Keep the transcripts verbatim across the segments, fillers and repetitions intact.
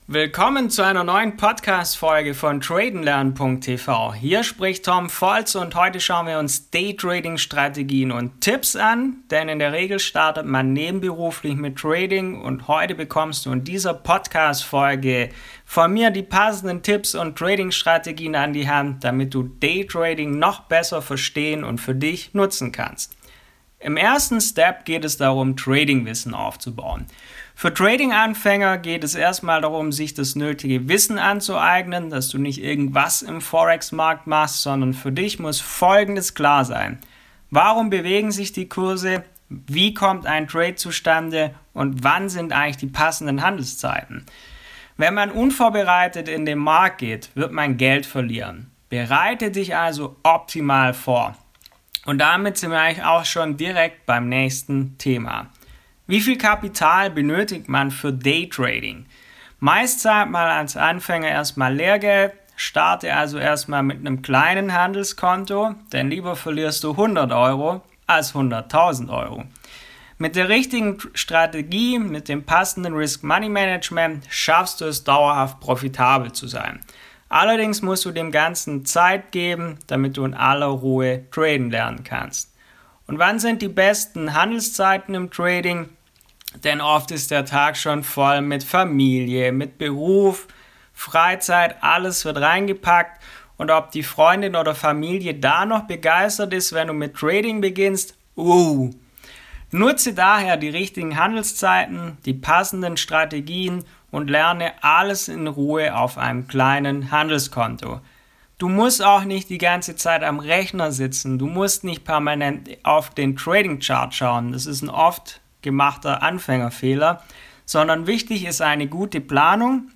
Willkommen zu einer neuen Podcast-Folge von traden lernen punkt t v. Hier spricht Tom Volz und heute schauen wir uns Daytrading-Strategien und Tipps an, denn in der Regel startet man nebenberuflich mit Trading und heute bekommst du in dieser Podcast-Folge von mir die passenden Tipps und Trading-Strategien an die Hand, damit du Daytrading noch besser verstehen und für dich nutzen kannst. Im ersten Step geht es darum, Trading-Wissen aufzubauen. Für Trading-Anfänger geht es erstmal darum, sich das nötige Wissen anzueignen, dass du nicht irgendwas im Forex-Markt machst, sondern für dich muss Folgendes klar sein. Warum bewegen sich die Kurse? Wie kommt ein Trade zustande? Und wann sind eigentlich die passenden Handelszeiten? Wenn man unvorbereitet in den Markt geht, wird man Geld verlieren. Bereite dich also optimal vor. Und damit sind wir eigentlich auch schon direkt beim nächsten Thema. Wie viel Kapital benötigt man für Daytrading? Meist zahlt man als Anfänger erstmal Lehrgeld, starte also erstmal mit einem kleinen Handelskonto, denn lieber verlierst du hundert Euro als hunderttausend Euro. Mit der richtigen Strategie, mit dem passenden Risk-Money-Management schaffst du es dauerhaft profitabel zu sein. Allerdings musst du dem Ganzen Zeit geben, damit du in aller Ruhe traden lernen kannst. Und wann sind die besten Handelszeiten im Trading? Denn oft ist der Tag schon voll mit Familie, mit Beruf, Freizeit, alles wird reingepackt. Und ob die Freundin oder Familie da noch begeistert ist, wenn du mit Trading beginnst, uh. Nutze daher die richtigen Handelszeiten, die passenden Strategien und lerne alles in Ruhe auf einem kleinen Handelskonto. Du musst auch nicht die ganze Zeit am Rechner sitzen, du musst nicht permanent auf den Trading Chart schauen, das ist ein oft gemachter Anfängerfehler, sondern wichtig ist eine gute Planung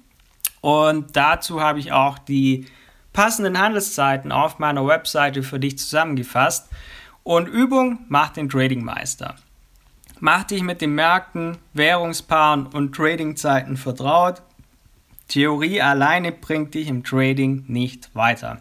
und dazu habe ich auch die passenden Handelszeiten auf meiner Webseite für dich zusammengefasst. Und Übung macht den Tradingmeister. Mach dich mit den Märkten, Währungspaaren und Tradingzeiten vertraut. Theorie alleine bringt dich im Trading nicht weiter,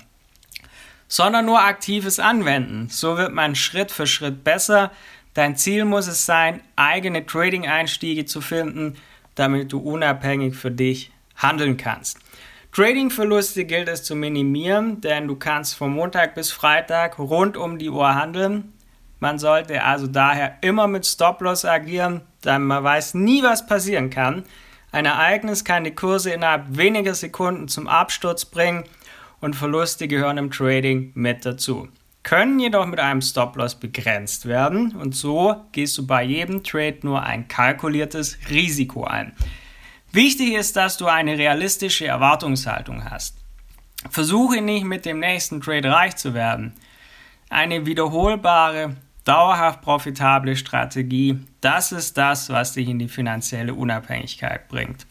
sondern nur aktives Anwenden. So wird man Schritt für Schritt besser. Dein Ziel muss es sein, eigene Trading-Einstiege zu finden, damit du unabhängig für dich handeln kannst. Trading-Verluste gilt es zu minimieren, denn du kannst von Montag bis Freitag rund um die Uhr handeln. Man sollte also daher immer mit Stop-Loss agieren, denn man weiß nie, was passieren kann. Ein Ereignis kann die Kurse innerhalb weniger Sekunden zum Absturz bringen und Verluste gehören im Trading mit dazu. Können jedoch mit einem Stop-Loss begrenzt werden und so gehst du bei jedem Trade nur ein kalkuliertes Risiko ein. Wichtig ist, dass du eine realistische Erwartungshaltung hast. Versuche nicht mit dem nächsten Trade reich zu werden. Eine wiederholbare, dauerhaft profitable Strategie, das ist das, was dich in die finanzielle Unabhängigkeit bringt.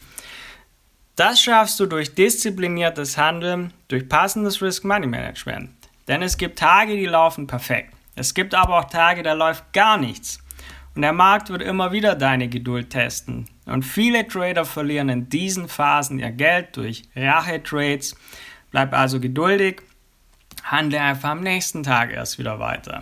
Das schaffst du durch diszipliniertes Handeln, durch passendes Risk-Money-Management. Denn es gibt Tage, die laufen perfekt. Es gibt aber auch Tage, da läuft gar nichts. Und der Markt wird immer wieder deine Geduld testen. Und viele Trader verlieren in diesen Phasen ihr Geld durch Rache-Trades. Bleib also geduldig, handle einfach am nächsten Tag erst wieder weiter.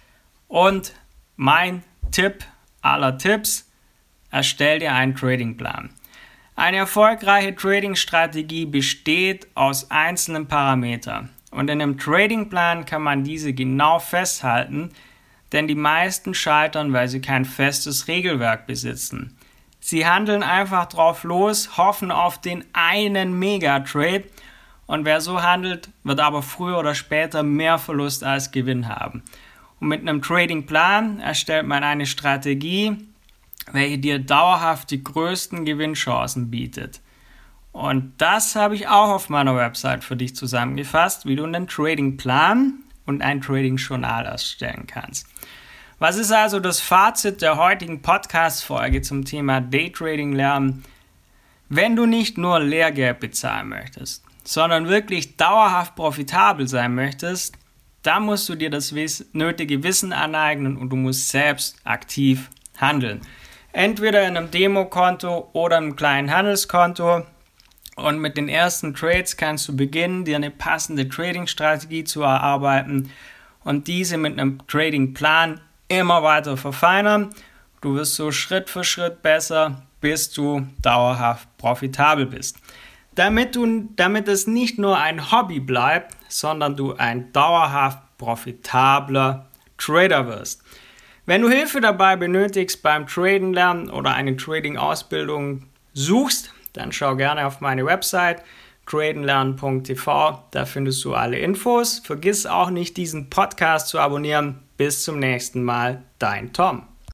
Und mein Tipp aller Tipps, erstell dir einen Tradingplan. Eine erfolgreiche Trading-Strategie besteht aus einzelnen Parametern. Und in einem Tradingplan kann man diese genau festhalten, denn die meisten scheitern, weil sie kein festes Regelwerk besitzen. Sie handeln einfach drauf los, hoffen auf den einen Megatrade und wer so handelt, wird aber früher oder später mehr Verlust als Gewinn haben. Und mit einem Tradingplan erstellt man eine Strategie, welche dir dauerhaft die größten Gewinnchancen bietet. Und das habe ich auch auf meiner Website für dich zusammengefasst, wie du einen Tradingplan und ein Trading-Journal erstellen kannst. Was ist also das Fazit der heutigen Podcast-Folge zum Thema Daytrading lernen? Wenn du nicht nur Lehrgeld bezahlen möchtest, sondern wirklich dauerhaft profitabel sein möchtest, dann musst du dir das nötige Wissen aneignen und du musst selbst aktiv handeln. Entweder in einem Demokonto oder einem kleinen Handelskonto. Und mit den ersten Trades kannst du beginnen, dir eine passende Trading-Strategie zu erarbeiten und diese mit einem Trading-Plan immer weiter verfeinern. Du wirst so Schritt für Schritt besser, bis du dauerhaft profitabel bist. Damit, du, damit es nicht nur ein Hobby bleibt, sondern du ein dauerhaft profitabler Trader wirst. Wenn du Hilfe dabei benötigst beim Traden lernen oder eine Trading-Ausbildung suchst, dann schau gerne auf meine Website traden lernen punkt t v, da findest du alle Infos. Vergiss auch nicht, diesen Podcast zu abonnieren. Bis zum nächsten Mal, dein Tom.